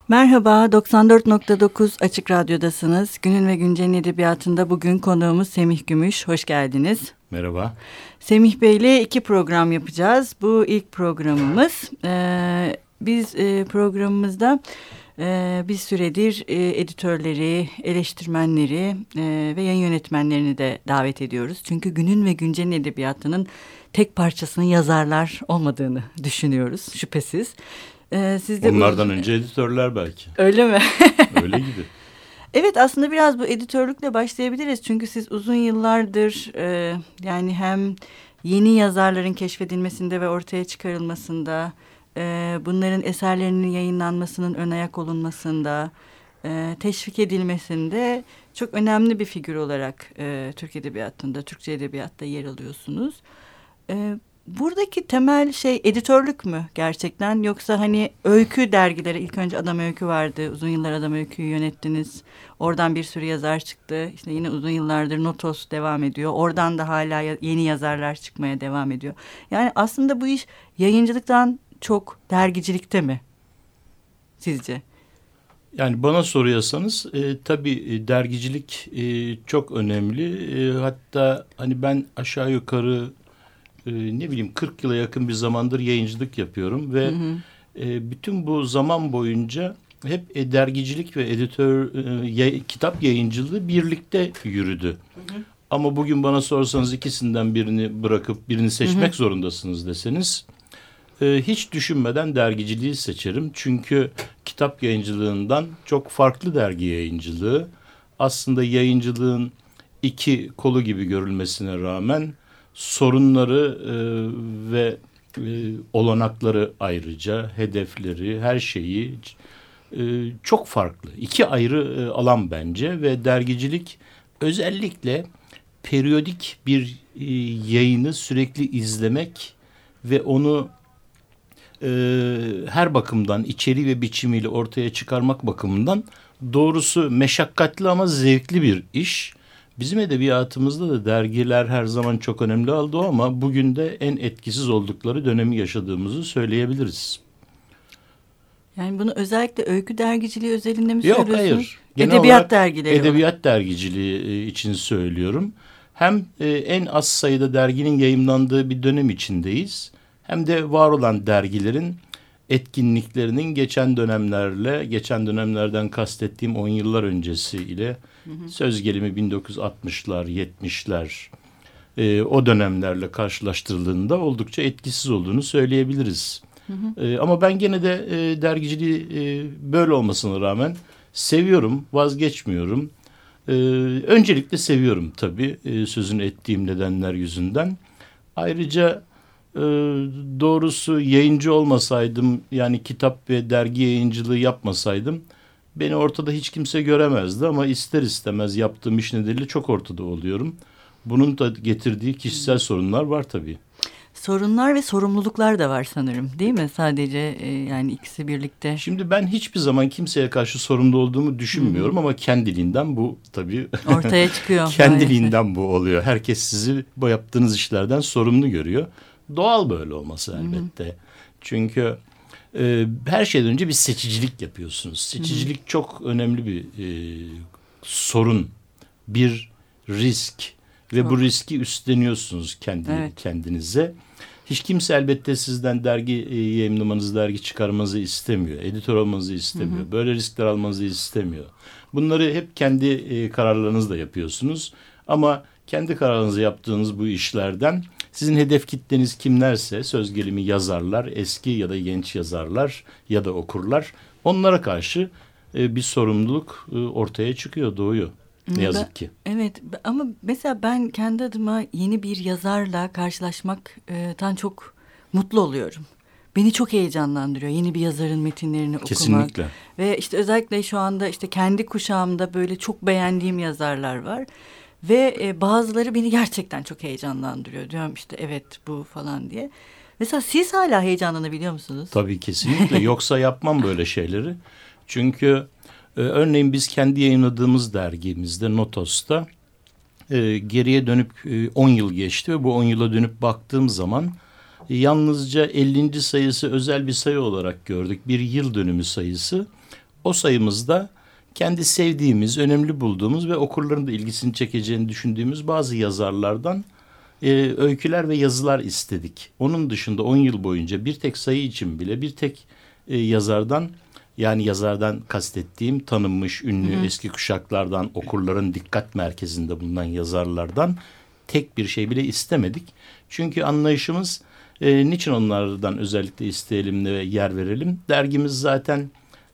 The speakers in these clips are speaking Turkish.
Merhaba, 94.9 Açık Radyo'dasınız. Günün ve Güncel'in edebiyatında bugün konuğumuz Semih Gümüş. Hoş geldiniz. Merhaba. Semih Bey'le 2 program yapacağız. Bu ilk programımız. Biz programımızda bir süredir editörleri, eleştirmenleri ve yayın yönetmenlerini de davet ediyoruz. Çünkü Günün ve Güncel'in edebiyatının tek parçasının yazarlar olmadığını düşünüyoruz şüphesiz. Siz de onlardan önce editörler belki. Öyle mi? Öyle gibi. Evet, aslında biraz bu editörlükle başlayabiliriz. Çünkü siz uzun yıllardır yani hem yeni yazarların keşfedilmesinde ve ortaya çıkarılmasında, bunların eserlerinin yayınlanmasının ön ayak olunmasında, teşvik edilmesinde çok önemli bir figür olarak Türk edebiyatında, Türkçe edebiyatta yer alıyorsunuz. Buradaki temel şey editörlük mü gerçekten, yoksa hani öykü dergileri, ilk önce Adam Öykü vardı, uzun yıllar Adam Öykü'yü yönettiniz, oradan bir sürü yazar çıktı, işte yine uzun yıllardır Notos devam ediyor, oradan da hala yeni yazarlar çıkmaya devam ediyor. Yani aslında bu iş yayıncılıktan çok dergicilikte mi sizce? Yani bana soruyorsanız tabii dergicilik çok önemli. Hatta hani ben aşağı yukarı 40 yıla yakın bir zamandır yayıncılık yapıyorum ve bütün bu zaman boyunca hep dergicilik ve kitap yayıncılığı birlikte yürüdü. Ama bugün bana sorsanız ikisinden birini bırakıp birini seçmek zorundasınız deseniz hiç düşünmeden dergiciliği seçerim. Çünkü kitap yayıncılığından çok farklı dergi yayıncılığı. Aslında yayıncılığın iki kolu gibi görülmesine rağmen sorunları ve olanakları ayrıca, hedefleri, her şeyi çok farklı. İki ayrı alan bence ve dergicilik özellikle periyodik bir yayını sürekli izlemek ve onu her bakımdan, içeriği ve biçimiyle ortaya çıkarmak bakımından doğrusu meşakkatli ama zevkli bir iş. Bizim edebiyatımızda da dergiler her zaman çok önemli oldu ama bugün de en etkisiz oldukları dönemi yaşadığımızı söyleyebiliriz. Yani bunu özellikle öykü dergiciliği özelinde mi söylüyorsunuz? Yok, hayır. Edebiyat dergileri. Edebiyat dergiciliği için söylüyorum. Hem en az sayıda derginin yayımlandığı bir dönem içindeyiz. Hem de var olan dergilerin etkinliklerinin geçen dönemlerden kastettiğim 10 yıllar öncesiyle söz gelimi 1960'lar, 70'ler o dönemlerle karşılaştırıldığında oldukça etkisiz olduğunu söyleyebiliriz. Ama ben gene de dergiciliği böyle olmasına rağmen seviyorum, vazgeçmiyorum. Öncelikle seviyorum tabii sözünü ettiğim nedenler yüzünden. Ayrıca doğrusu yayıncı olmasaydım, yani kitap ve dergi yayıncılığı yapmasaydım beni ortada hiç kimse göremezdi ama ister istemez yaptığım iş nedeniyle çok ortada oluyorum. Bunun da getirdiği kişisel sorunlar var tabii. Sorunlar ve sorumluluklar da var sanırım, değil mi? Sadece yani ikisi birlikte. Şimdi ben hiçbir zaman kimseye karşı sorumlu olduğumu düşünmüyorum ama kendiliğinden bu tabii ortaya çıkıyor. Kendiliğinden bu oluyor. Herkes sizi bu yaptığınız işlerden sorumlu görüyor. Doğal böyle olması elbette. Çünkü her şeyden önce bir seçicilik yapıyorsunuz. Seçicilik çok önemli bir sorun, bir risk ve bu riski üstleniyorsunuz kendinize. Hiç kimse elbette sizden dergi yayımlamanızı, dergi çıkarmanızı istemiyor. Editör olmanızı istemiyor. Böyle riskler almanızı istemiyor. Bunları hep kendi kararlarınızla yapıyorsunuz. Ama kendi kararınızla yaptığınız bu işlerden sizin hedef kitleniz kimlerse, söz gelimi yazarlar, eski ya da genç yazarlar ya da okurlar, onlara karşı bir sorumluluk ortaya çıkıyor, doğuyor. Ne yazık ki. Evet, ama mesela ben kendi adıma yeni bir yazarla karşılaşmaktan çok mutlu oluyorum. Beni çok heyecanlandırıyor yeni bir yazarın metinlerini okumak. Kesinlikle. Ve işte özellikle şu anda işte kendi kuşağımda böyle çok beğendiğim yazarlar var. Ve bazıları beni gerçekten çok heyecanlandırıyor. Diyorum işte evet bu falan diye. Mesela siz hala heyecanlanabiliyor musunuz? Tabii kesinlikle. Yoksa yapmam böyle şeyleri. Çünkü örneğin biz kendi yayınladığımız dergimizde Notos'ta geriye dönüp 10 yıl geçti ve bu 10 yıla dönüp baktığım zaman yalnızca 50. sayısı özel bir sayı olarak gördük. Bir yıl dönümü sayısı. O sayımızda kendi sevdiğimiz, önemli bulduğumuz ve okurların da ilgisini çekeceğini düşündüğümüz bazı yazarlardan öyküler ve yazılar istedik. Onun dışında 10 yıl boyunca bir tek sayı için bile bir tek yazardan, yani yazardan kastettiğim tanınmış, ünlü, eski kuşaklardan, okurların dikkat merkezinde bulunan yazarlardan tek bir şey bile istemedik. Çünkü anlayışımız niçin onlardan özellikle isteyelim ve yer verelim? Dergimiz zaten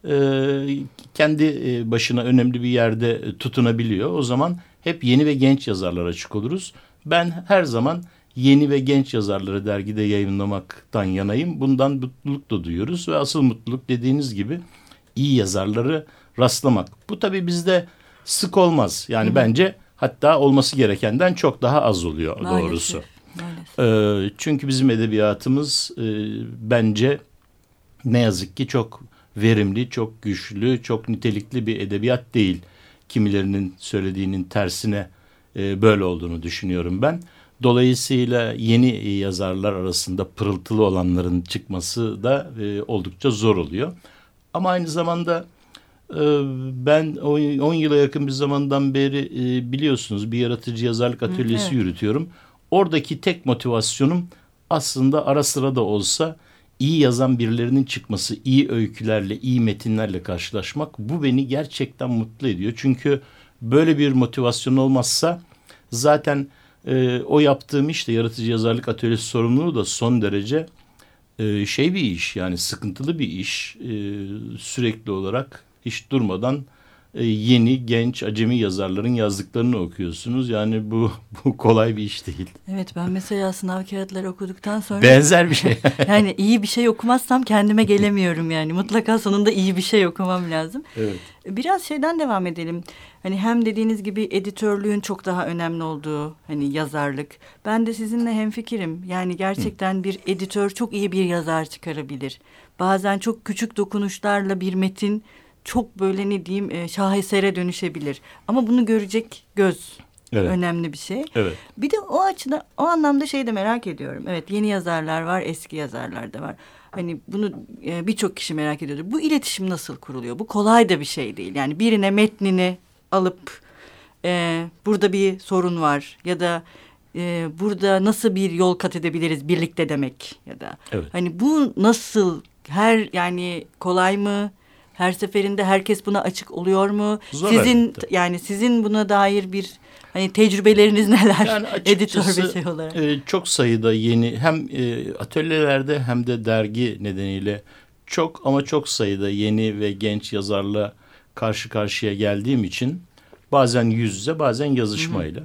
kendi başına önemli bir yerde tutunabiliyor. O zaman hep yeni ve genç yazarlara açık oluruz. Ben her zaman yeni ve genç yazarları dergide yayınlamaktan yanayım. Bundan mutluluk da duyuyoruz ve asıl mutluluk dediğiniz gibi iyi yazarları rastlamak. Bu tabii bizde sık olmaz. Yani bence hatta olması gerekenden çok daha az oluyor doğrusu. Maalesef. Çünkü bizim edebiyatımız bence ne yazık ki çok verimli, çok güçlü, çok nitelikli bir edebiyat değil. Kimilerinin söylediğinin tersine böyle olduğunu düşünüyorum ben. Dolayısıyla yeni yazarlar arasında pırıltılı olanların çıkması da oldukça zor oluyor. Ama aynı zamanda ben 10 yıla yakın bir zamandan beri biliyorsunuz bir yaratıcı yazarlık atölyesi yürütüyorum. Oradaki tek motivasyonum aslında ara sıra da olsa iyi yazan birilerinin çıkması, iyi öykülerle, iyi metinlerle karşılaşmak. Bu beni gerçekten mutlu ediyor. Çünkü böyle bir motivasyon olmazsa zaten o yaptığım işte yaratıcı yazarlık atölyesi sorumluluğu da son derece bir iş, yani sıkıntılı bir iş. Sürekli olarak hiç durmadan yeni, genç, acemi yazarların yazdıklarını okuyorsunuz. Yani bu kolay bir iş değil. Evet, ben mesela sınav kağıtları okuduktan sonra... Benzer bir şey. Yani iyi bir şey okumazsam kendime gelemiyorum yani. Mutlaka sonunda iyi bir şey okumam lazım. Evet. Biraz şeyden devam edelim. Hani hem dediğiniz gibi editörlüğün çok daha önemli olduğu, hani yazarlık. Ben de sizinle hemfikirim. Yani gerçekten bir editör çok iyi bir yazar çıkarabilir. Bazen çok küçük dokunuşlarla bir metin çok böyle ne diyeyim şahesere dönüşebilir. Ama bunu görecek göz önemli bir şey. Evet. Bir de o açıdan, o anlamda şeyi de merak ediyorum. Evet, yeni yazarlar var, eski yazarlar da var. Hani bunu birçok kişi merak ediyordur. Bu iletişim nasıl kuruluyor? Bu kolay da bir şey değil. Yani birine metnini alıp burada bir sorun var ya da burada nasıl bir yol kat edebiliriz birlikte demek ya da hani bu nasıl yani kolay mı? Her seferinde herkes buna açık oluyor mu? Zor sizin buna dair bir hani tecrübeleriniz neler? Yani editör bir şey olarak. Çok sayıda yeni hem atölyelerde hem de dergi nedeniyle çok sayıda yeni ve genç yazarla karşı karşıya geldiğim için bazen yüz yüze bazen yazışmayla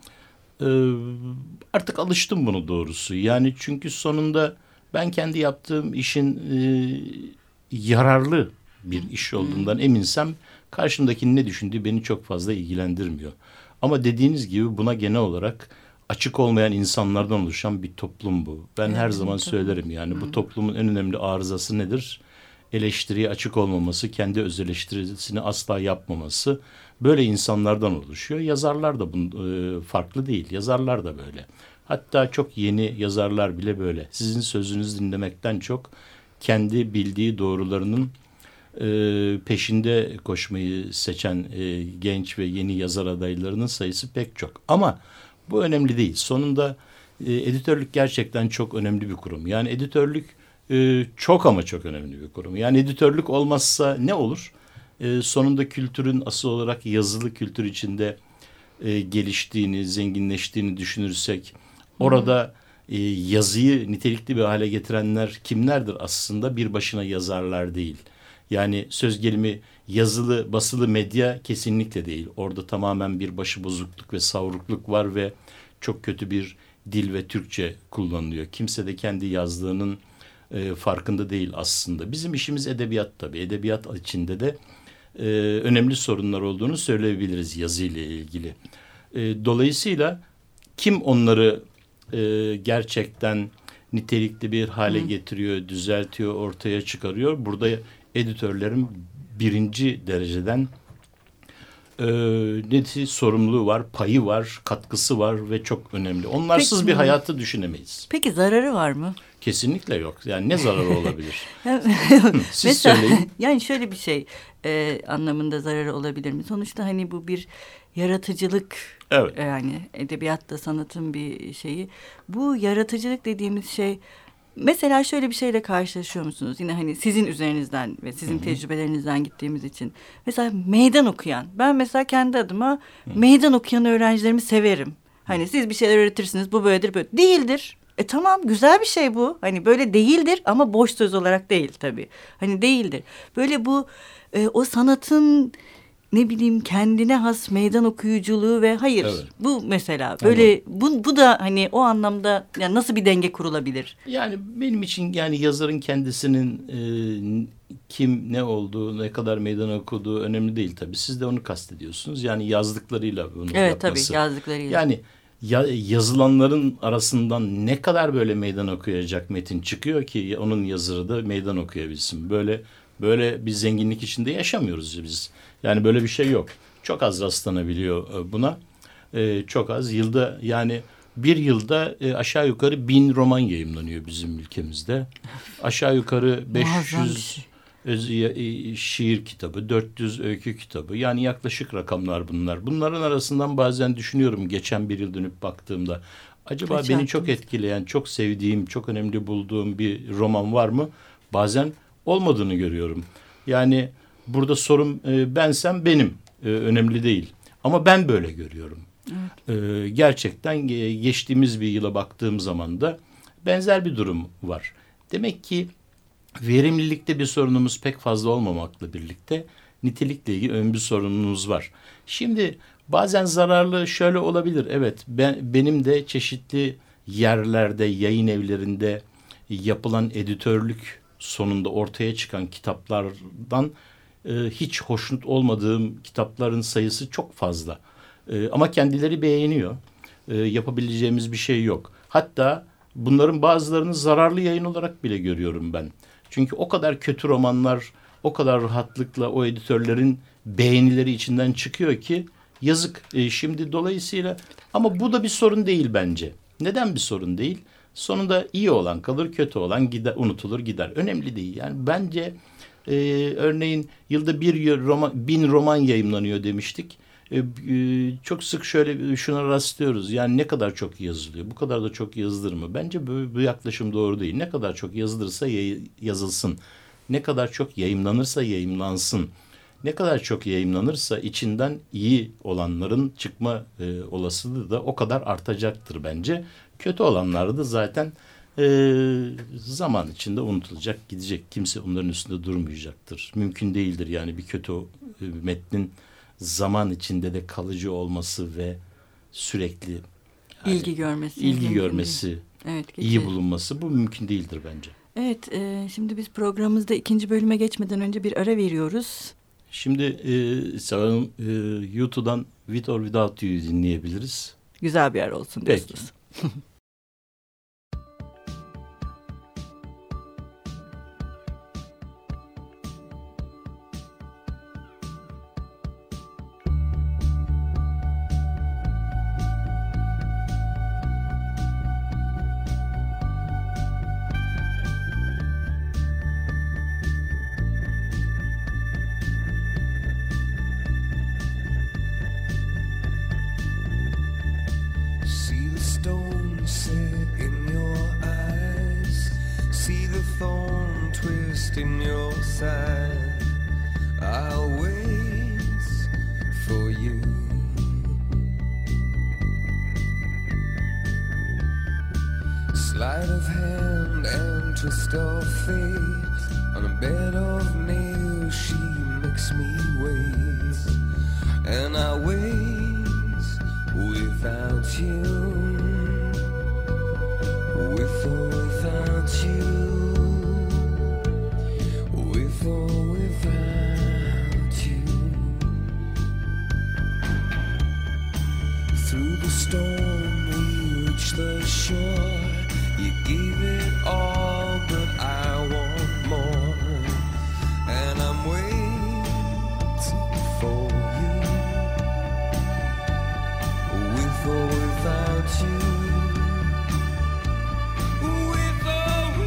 artık alıştım bunu doğrusu. Yani çünkü sonunda ben kendi yaptığım işin yararlı bir iş olduğundan eminsem karşımdakinin ne düşündüğü beni çok fazla ilgilendirmiyor. Ama dediğiniz gibi buna genel olarak açık olmayan insanlardan oluşan bir toplum bu. Ben her zaman söylerim yani bu toplumun en önemli arızası nedir? Eleştiriye açık olmaması, kendi öz eleştirisini asla yapmaması. Böyle insanlardan oluşuyor. Yazarlar da farklı değil. Yazarlar da böyle. Hatta çok yeni yazarlar bile böyle. Sizin sözünüzü dinlemekten çok kendi bildiği doğrularının peşinde koşmayı seçen genç ve yeni yazar adaylarının sayısı pek çok. Ama bu önemli değil. Sonunda editörlük gerçekten çok önemli bir kurum. Yani editörlük çok ama çok önemli bir kurum. Yani editörlük olmazsa ne olur? Sonunda kültürün asıl olarak yazılı kültür içinde geliştiğini, zenginleştiğini düşünürsek orada yazıyı nitelikli bir hale getirenler kimlerdir aslında? Bir başına yazarlar değil. Yani söz gelimi yazılı, basılı medya kesinlikle değil. Orada tamamen bir başıbozukluk ve savrukluk var ve çok kötü bir dil ve Türkçe kullanılıyor. Kimse de kendi yazdığının farkında değil aslında. Bizim işimiz edebiyat tabii. Edebiyat içinde de önemli sorunlar olduğunu söyleyebiliriz yazıyla ilgili. Dolayısıyla kim onları gerçekten nitelikli bir hale getiriyor, düzeltiyor, ortaya çıkarıyor? Burada editörlerin birinci dereceden sorumluluğu var, payı var, katkısı var ve çok önemli. Onlarsız bir hayatı düşünemeyiz. Peki zararı var mı? Kesinlikle yok. Yani ne zararı olabilir? Siz mesela, söyleyin. Yani şöyle bir şey anlamında zararı olabilir mi? Sonuçta hani bu bir yaratıcılık, Evet. Yani edebiyatta sanatın bir şeyi. Bu yaratıcılık dediğimiz şey, mesela şöyle bir şeyle karşılaşıyor musunuz? Yine hani sizin üzerinizden ve sizin tecrübelerinizden gittiğimiz için. Mesela meydan okuyan. Ben mesela kendi adıma meydan okuyan öğrencilerimi severim. Hani siz bir şeyler öğretirsiniz, bu böyledir, böyle değildir. Tamam, güzel bir şey bu. Hani böyle değildir ama boş söz olarak değil tabii. Hani değildir. Böyle bu o sanatın ne bileyim kendine has meydan okuyuculuğu ve hayır, Evet. bu mesela böyle bu da hani o anlamda yani nasıl bir denge kurulabilir? Yani benim için yani yazarın kendisinin kim, ne olduğu, ne kadar meydan okuduğu önemli değil tabii. Siz de onu kastediyorsunuz. Yani yazdıklarıyla bunu Evet, yapması. tabii, yazdıklarıyla. Yani yazılanların arasından ne kadar böyle meydan okuyacak metin çıkıyor ki onun yazarı da meydan okuyabilsin. Böyle bir zenginlik içinde yaşamıyoruz biz. Yani böyle bir şey yok. Çok az rastlanabiliyor buna. Çok az. Yılda yani bir yılda aşağı yukarı 1000 roman yayımlanıyor bizim ülkemizde. Aşağı yukarı 500 şiir kitabı, 400 öykü kitabı. Yani yaklaşık rakamlar bunlar. Bunların arasından bazen düşünüyorum geçen bir yıl dönüp baktığımda. Acaba beni çok etkileyen, çok sevdiğim, çok önemli bulduğum bir roman var mı? Bazen olmadığını görüyorum. Yani burada sorun bensem benim. Önemli değil. Ama ben böyle görüyorum. Evet. Gerçekten geçtiğimiz bir yıla baktığım zaman da benzer bir durum var. Demek ki verimlilikte bir sorunumuz pek fazla olmamakla birlikte nitelikle ilgili bir sorunumuz var. Şimdi bazen zararlı şöyle olabilir. Evet, benim de çeşitli yerlerde, yayın evlerinde yapılan editörlük sonunda ortaya çıkan kitaplardan hiç hoşnut olmadığım kitapların sayısı çok fazla. Ama kendileri beğeniyor. Yapabileceğimiz bir şey yok. Hatta bunların bazılarını zararlı yayın olarak bile görüyorum ben. Çünkü o kadar kötü romanlar o kadar rahatlıkla o editörlerin beğenileri içinden çıkıyor ki yazık. Şimdi dolayısıyla ama bu da bir sorun değil bence. Neden bir sorun değil? Sonunda iyi olan kalır, kötü olan gider, unutulur gider. Önemli değil. Yani bence örneğin yılda 1000 roman yayımlanıyor demiştik. Çok sık şöyle şuna rastlıyoruz. Yani ne kadar çok yazılıyor? Bu kadar da çok yazılır mı? Bence bu yaklaşım doğru değil. Ne kadar çok yazılırsa yazılsın. Ne kadar çok yayımlanırsa yayımlansın. Ne kadar çok yayımlanırsa içinden iyi olanların çıkma olasılığı da o kadar artacaktır bence. Kötü olanlar da zaten zaman içinde unutulacak, gidecek. Kimse onların üstünde durmayacaktır. Mümkün değildir yani bir kötü metnin zaman içinde de kalıcı olması ve sürekli yani ilgi görmesi, evet, iyi bulunması bu mümkün değildir bence. Evet, şimdi biz programımızda 2. bölüme geçmeden önce bir ara veriyoruz. Şimdi sanırım YouTube'dan With or Without You'yu dinleyebiliriz. Güzel bir ara olsun diyorsunuz. In your side, I'll wait for you. Sleight of hand and twist of fate. On a bed of nails, she makes me wait, and I wait without you, with or without you. With or without you. Through the storm we reach the shore. You gave it all, but I want more. And I'm waiting for you. With or without you. With or without you.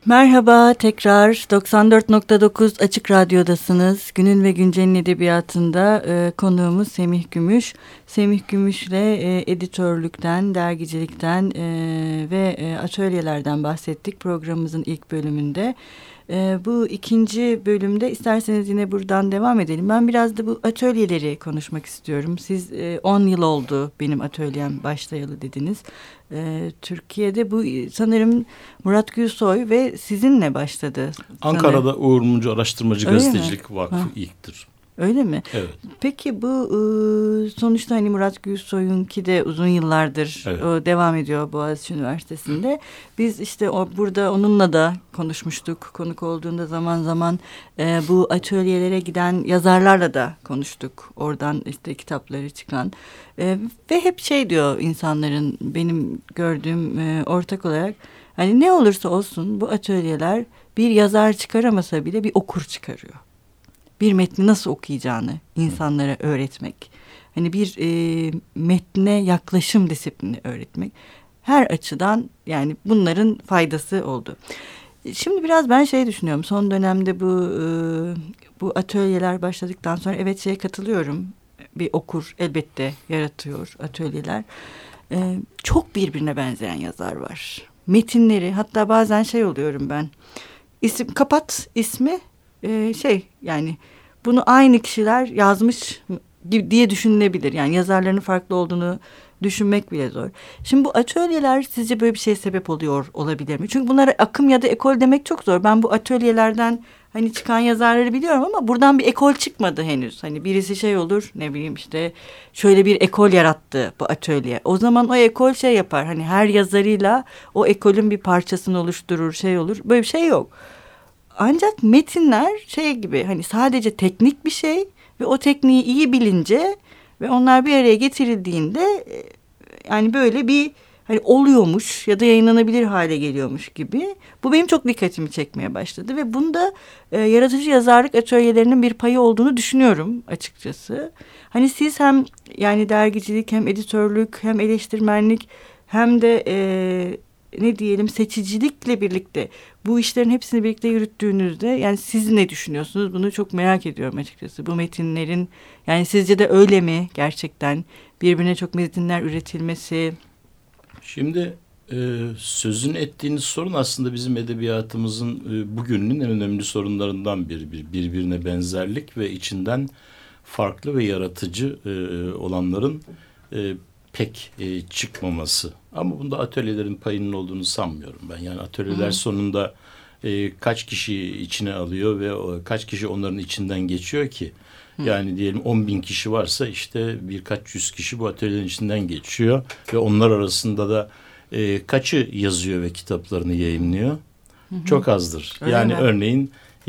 Merhaba, tekrar 94.9 Açık Radyo'dasınız. Günün ve Güncel'in edebiyatında konuğumuz Semih Gümüş. Semih Gümüş'le editörlükten, dergicilikten ve atölyelerden bahsettik programımızın ilk bölümünde. Bu ikinci bölümde isterseniz yine buradan devam edelim. Ben biraz da bu atölyeleri konuşmak istiyorum. Siz 10 yıl oldu benim atölyem başlayalı dediniz. Türkiye'de bu sanırım Murat Gülsoy ve sizinle başladı. Ankara'da sanırım. Uğur Mumcu Araştırmacı Öyle Gazetecilik mi? Vakfı Ha. ilktir. Öyle mi? Evet. Peki bu sonuçta hani Murat Gülsoy'unki de uzun yıllardır Evet. devam ediyor Boğaziçi Üniversitesi'nde. Biz işte burada onunla da konuşmuştuk. Konuk olduğunda zaman zaman bu atölyelere giden yazarlarla da konuştuk. Oradan işte kitapları çıkan. Ve hep şey diyor insanların, benim gördüğüm ortak olarak, hani ne olursa olsun bu atölyeler bir yazar çıkaramasa bile bir okur çıkarıyor. Bir metni nasıl okuyacağını insanlara öğretmek. Hani bir metne yaklaşım disiplini öğretmek. Her açıdan yani bunların faydası oldu. Şimdi biraz ben şey düşünüyorum. Son dönemde bu atölyeler başladıktan sonra evet şeye katılıyorum. Bir okur elbette yaratıyor atölyeler. Çok birbirine benzeyen yazar var. Metinleri, hatta bazen şey oluyorum ben. Kapat ismi. Yani bunu aynı kişiler yazmış diye düşünülebilir. Yani yazarların farklı olduğunu düşünmek bile zor. Şimdi bu atölyeler sizce böyle bir şeye sebep olabilir mi? Çünkü bunlara akım ya da ekol demek çok zor. Ben bu atölyelerden hani çıkan yazarları biliyorum ama buradan bir ekol çıkmadı henüz. Hani birisi şey olur, ne bileyim işte şöyle bir ekol yarattı bu atölye. O zaman o ekol şey yapar. Hani her yazarıyla o ekolün bir parçasını oluşturur, şey olur. Böyle bir şey yok. Ancak metinler şey gibi, hani sadece teknik bir şey ve o tekniği iyi bilince ve onlar bir araya getirildiğinde yani böyle bir hani oluyormuş ya da yayınlanabilir hale geliyormuş gibi. Bu benim çok dikkatimi çekmeye başladı ve bunda yaratıcı yazarlık atölyelerinin bir payı olduğunu düşünüyorum açıkçası. Hani siz hem yani dergicilik, hem editörlük, hem eleştirmenlik, hem de ne diyelim seçicilikle birlikte bu işlerin hepsini birlikte yürüttüğünüzde yani siz ne düşünüyorsunuz? Bunu çok merak ediyorum açıkçası. Bu metinlerin yani sizce de öyle mi gerçekten? Birbirine çok metinler üretilmesi. Şimdi sözünü ettiğiniz sorun aslında bizim edebiyatımızın bugünün en önemli sorunlarından biri. Birbirine benzerlik ve içinden farklı ve yaratıcı olanların pek çıkmaması. Ama bunda atölyelerin payının olduğunu sanmıyorum ben. Yani atölyeler sonunda kaç kişi içine alıyor ve kaç kişi onların içinden geçiyor ki? Yani diyelim 10.000 kişi varsa işte birkaç yüz kişi bu atölyelerin içinden geçiyor ve onlar arasında da kaçı yazıyor ve kitaplarını yayımlıyor? Çok azdır. Öyle yani mi? örneğin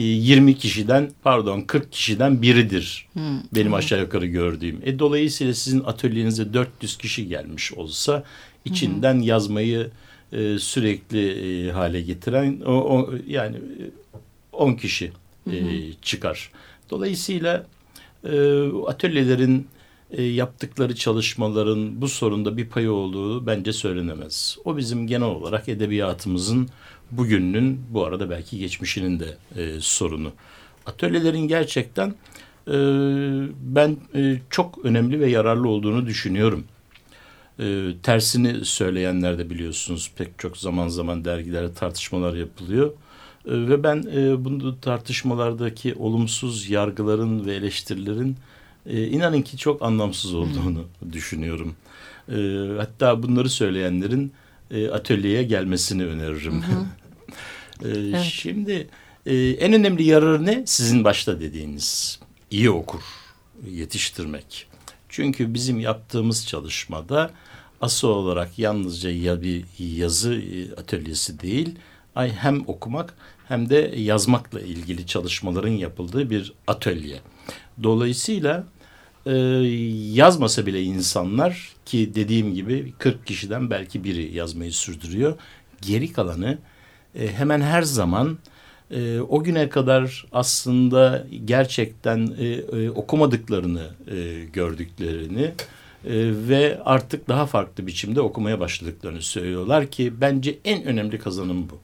40 kişiden biridir benim aşağı yukarı gördüğüm. Dolayısıyla sizin atölyenize 400 kişi gelmiş olsa içinden yazmayı sürekli hale getiren yani 10 kişi çıkar. Dolayısıyla atölyelerin yaptıkları çalışmaların bu sorunda bir payı olduğu bence söylenemez. O bizim genel olarak edebiyatımızın bugününün, bu arada belki geçmişinin de sorunu. Atölyelerin gerçekten ben çok önemli ve yararlı olduğunu düşünüyorum. Tersini söyleyenler de biliyorsunuz pek çok zaman zaman dergilerde tartışmalar yapılıyor. Ve ben bu tartışmalardaki olumsuz yargıların ve eleştirilerin inanın ki çok anlamsız olduğunu düşünüyorum. Hatta bunları söyleyenlerin atölyeye gelmesini öneririm. Evet. Şimdi en önemli yararı ne? Sizin başta dediğiniz iyi okur yetiştirmek. Çünkü bizim yaptığımız çalışmada asıl olarak yalnızca bir yazı atölyesi değil, hem okumak hem de yazmakla ilgili çalışmaların yapıldığı bir atölye. Dolayısıyla yazmasa bile insanlar, ki dediğim gibi 40 kişiden belki biri yazmayı sürdürüyor. Geri kalanı hemen her zaman o güne kadar aslında gerçekten okumadıklarını gördüklerini ve artık daha farklı biçimde okumaya başladıklarını söylüyorlar ki bence en önemli kazanım bu.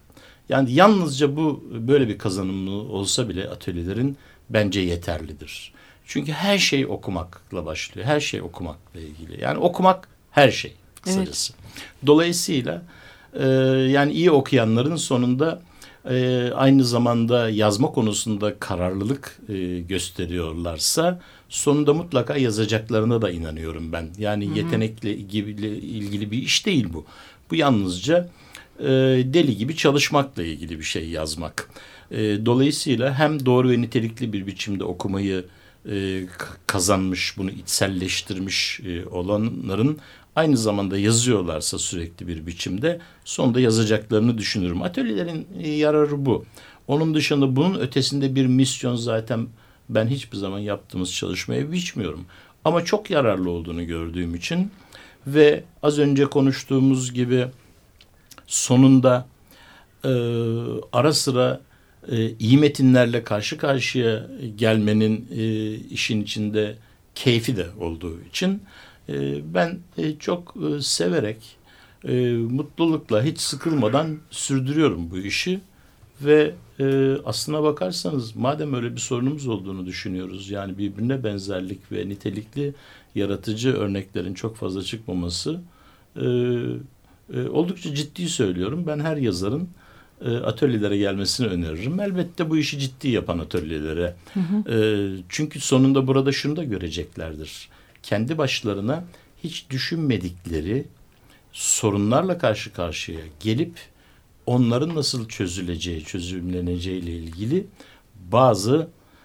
Yani yalnızca bu böyle bir kazanımlı olsa bile atölyelerin bence yeterlidir. Çünkü her şey okumakla başlıyor. Her şey okumakla ilgili. Yani okumak her şey kısacası. Evet. Dolayısıyla yani iyi okuyanların sonunda aynı zamanda yazma konusunda kararlılık gösteriyorlarsa sonunda mutlaka yazacaklarına da inanıyorum ben. Yani yetenekle ilgili bir iş değil bu. Bu yalnızca deli gibi çalışmakla ilgili bir şey yazmak. Dolayısıyla hem doğru ve nitelikli bir biçimde okumayı kazanmış, bunu içselleştirmiş olanların aynı zamanda yazıyorlarsa sürekli bir biçimde sonunda yazacaklarını düşünürüm. Atölyelerin yararı bu. Onun dışında bunun ötesinde bir misyon zaten ben hiçbir zaman yaptığımız çalışmaya biçmiyorum. Ama çok yararlı olduğunu gördüğüm için ve az önce konuştuğumuz gibi sonunda ara sıra iyi metinlerle karşı karşıya gelmenin işin içinde keyfi de olduğu için ben çok severek, mutlulukla, hiç sıkılmadan sürdürüyorum bu işi. Ve aslına bakarsanız madem öyle bir sorunumuz olduğunu düşünüyoruz, yani birbirine benzerlik ve nitelikli yaratıcı örneklerin çok fazla çıkmaması, oldukça ciddi söylüyorum. Ben her yazarın atölyelere gelmesini öneririm. Elbette bu işi ciddi yapan atölyelere. Çünkü sonunda burada şunu da göreceklerdir. Kendi başlarına hiç düşünmedikleri sorunlarla karşı karşıya gelip onların nasıl çözüleceği, çözümleneceği ile ilgili bazı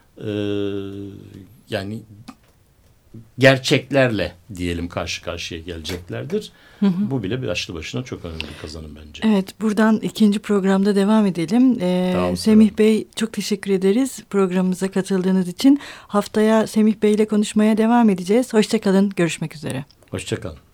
yani gerçeklerle diyelim karşı karşıya geleceklerdir. Bu bile başlı başına çok önemli bir kazanım bence. Evet, buradan ikinci programda devam edelim. Semih Bey, çok teşekkür ederiz programımıza katıldığınız için. Haftaya Semih Bey ile konuşmaya devam edeceğiz. Hoşça kalın, görüşmek üzere. Hoşça kalın.